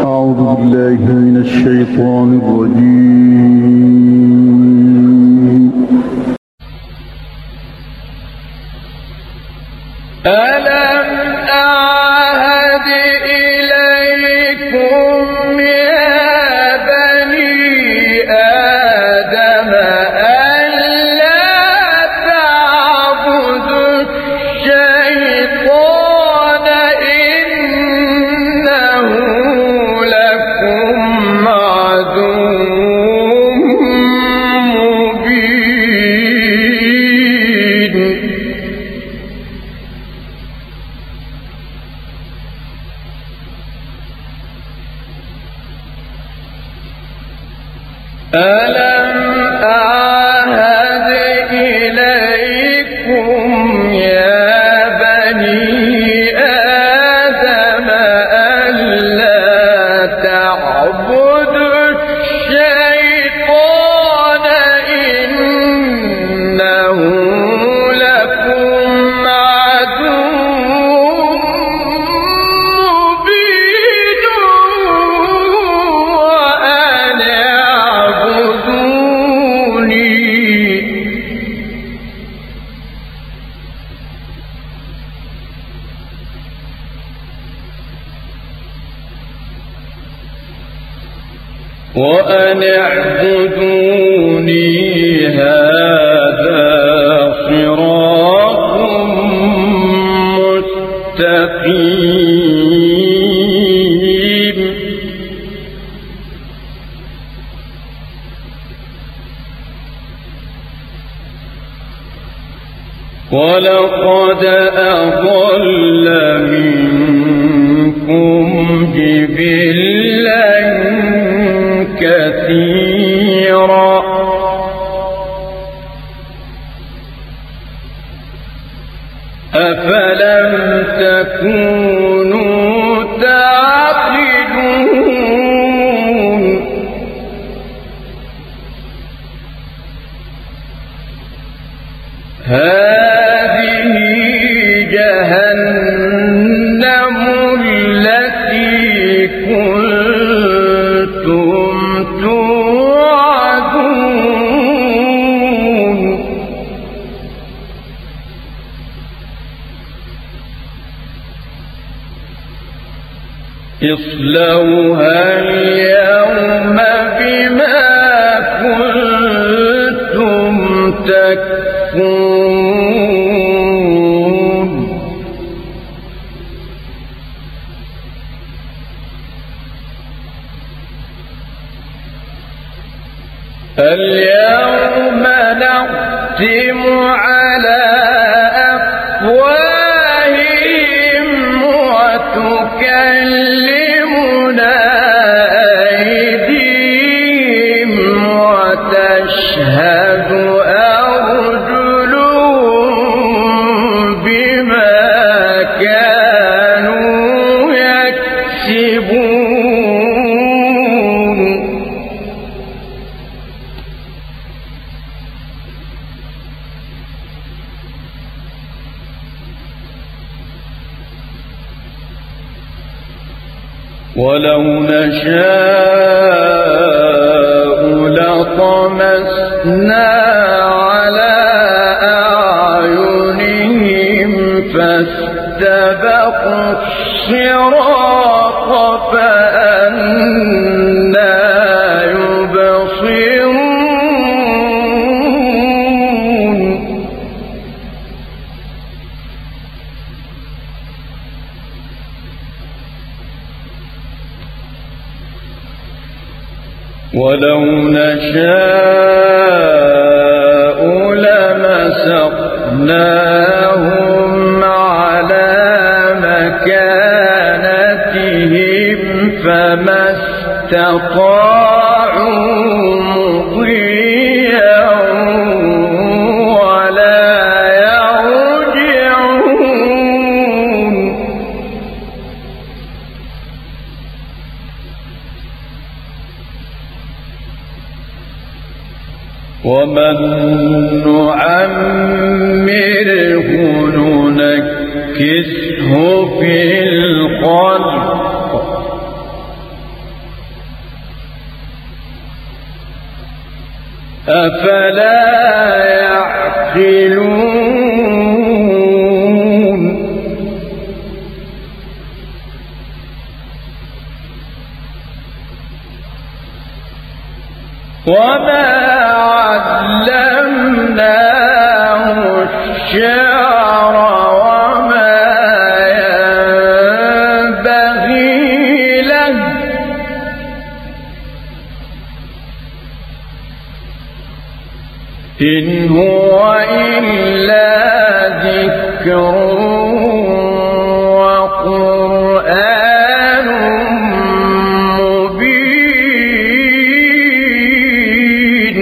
أعوذ بالله من الشيطان الرجيم. ألم أعهد إليكم يا بني آدم ألا تعبدوا الشيطان إنه لكم عدو مبين. ألم أعهد إليكم يا بني آدم ألا تعبدوا الشيطان إنه لكم عدو مبين وأن اعبدوني هذا صراط مستقيم. ولقد أضل منكم جبلا كثيرا أفلم تكونوا تعقلون. هذه جهنم التي كنتم توعدون. اصلوها اليوم بما كنتم تكفرون. اليوم نختم على أفواههم وتكلمنا أيديهم وتشهد أرجلهم بما كانوا يكسبون. ولو نشاء لطمسنا على أعينهم فاستبقوا الصراط فأنى يبصرون. ولو نشاء لمسخناهم على مكانتهم فما استطاعوا مضيا ولا يرجعون. ومن نعمره ننكسه. أفلا يعقلون وما علمناه الشعر وما ينبغي له إن هو إلا ذكر وقرآن مبين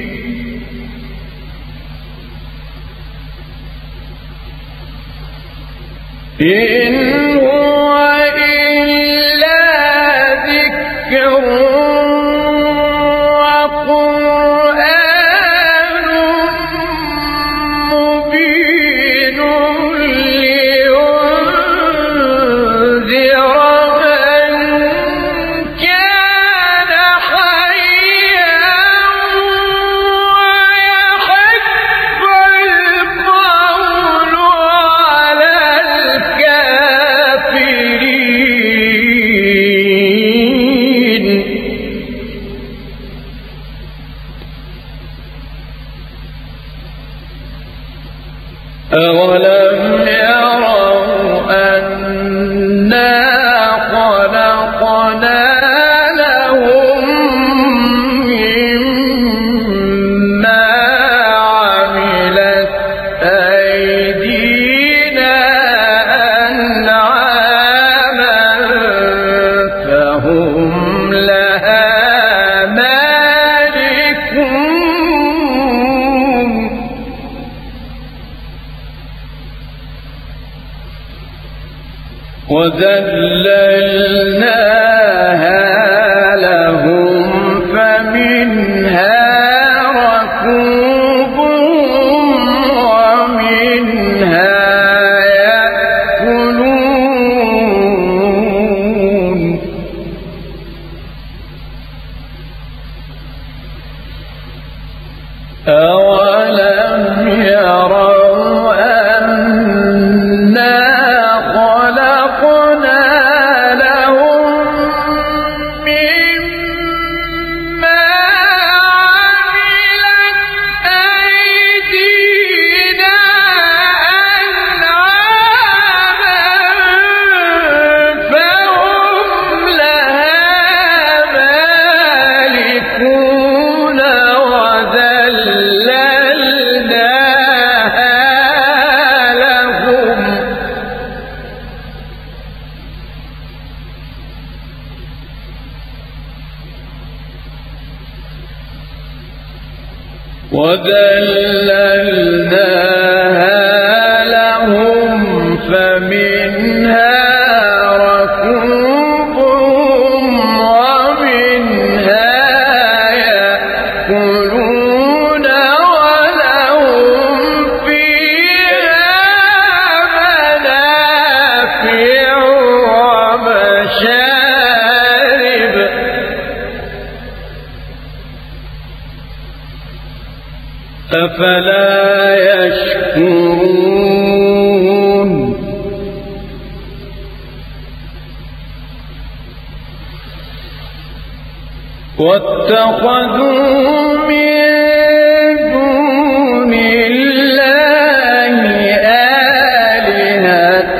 إن هو إلا ذكر وقرآن مبين لينذر من كان حيا ويحق القول على الكافرين أولم يروا أنا خلقنا لهم مما عملت أيدينا أنعاما فهم لها مالكون وذللناها لهم فمنها ركوبهم ومنها يأكلون أولم يروا أنا خلقنا لهم مما عملت أيدينا أنعاما فهم لها مالكون وذللناها لهم فمنها ركوبهم ومنها يأكلون ولهم فيها منافع ومشارب أفلا يشكرون واتخذوا من دون الله آلهة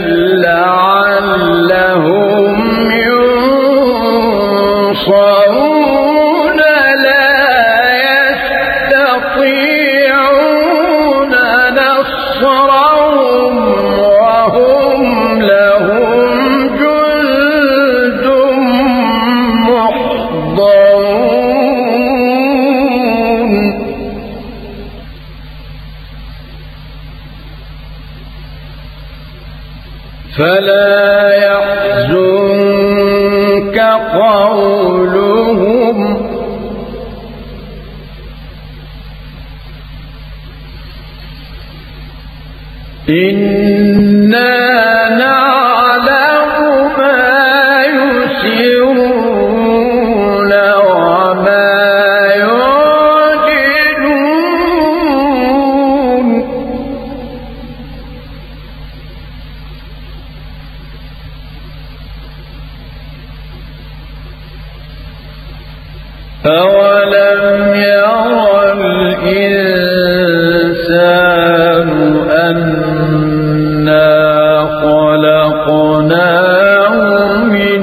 لعلهم ينصرون لا يستطيعون نصرهم وهم لهم جند محضرون فلا يحزنك قولهم إنا نعلم ما يسرون وما يعلنون أولم ير الإنسان أنا خلقناه من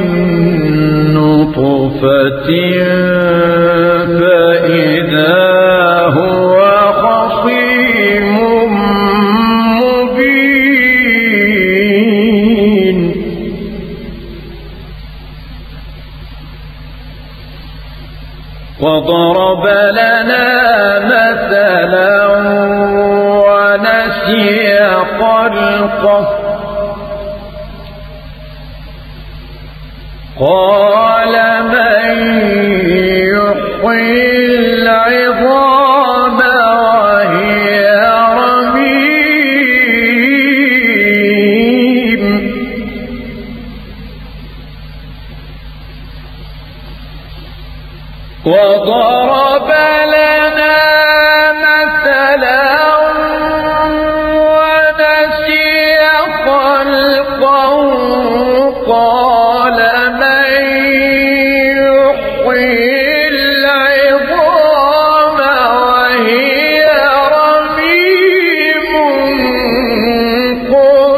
نطفة فإذا هو خصيم مبين وضرب لنا مثلا ونسي خلقه قال من يحيي العظام وهي رميم وضرب لنا مثلا ونسي خلقه قال من يحيي العظام وهي رميم قل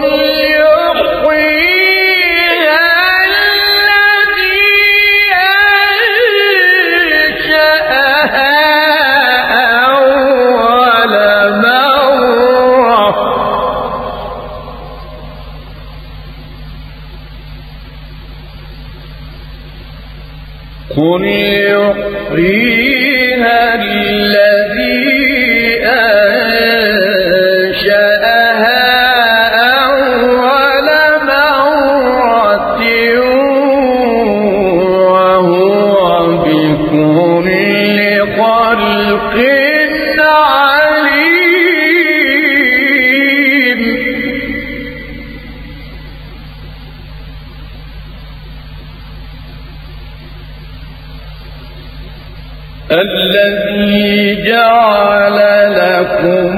يحييها الذي أنشأها أول مرة قل يحييها الذي أنشأها أول مرة وهو بكل خلق عليم الذي جعل لكم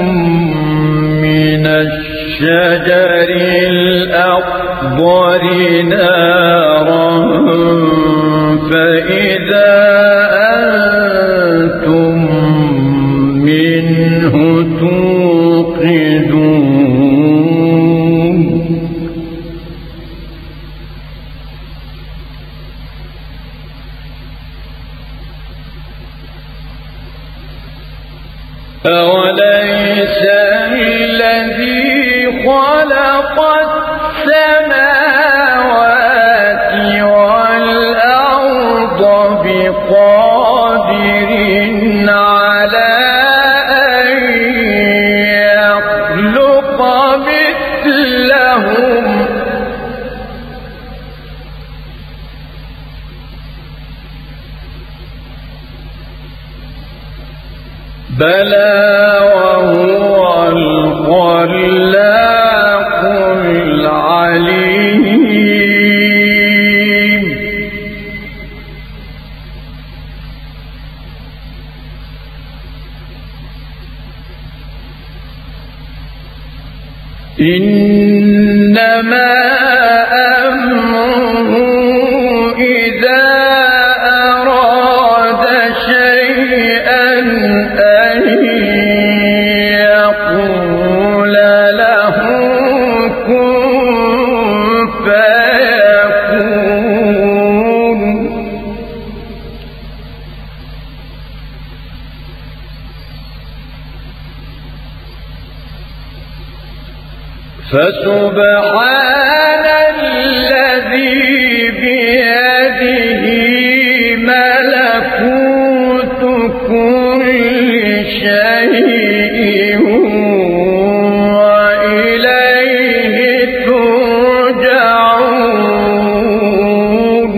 من الشجر الأخضر نارا فإذا أنتم منه توقدون أوليس الذي خلق السماوات والأرض بقادر على أن يخلق مثلهم بلى وهو الخلاق العليم إنما أمره إذا أراد شيئا أن يقول له كن فيكون فسبحان الذي بيده ملكوت كل شيء وإليه ترجعون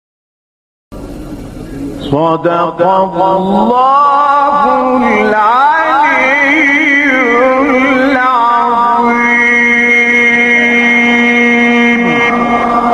صدق الله العظيم.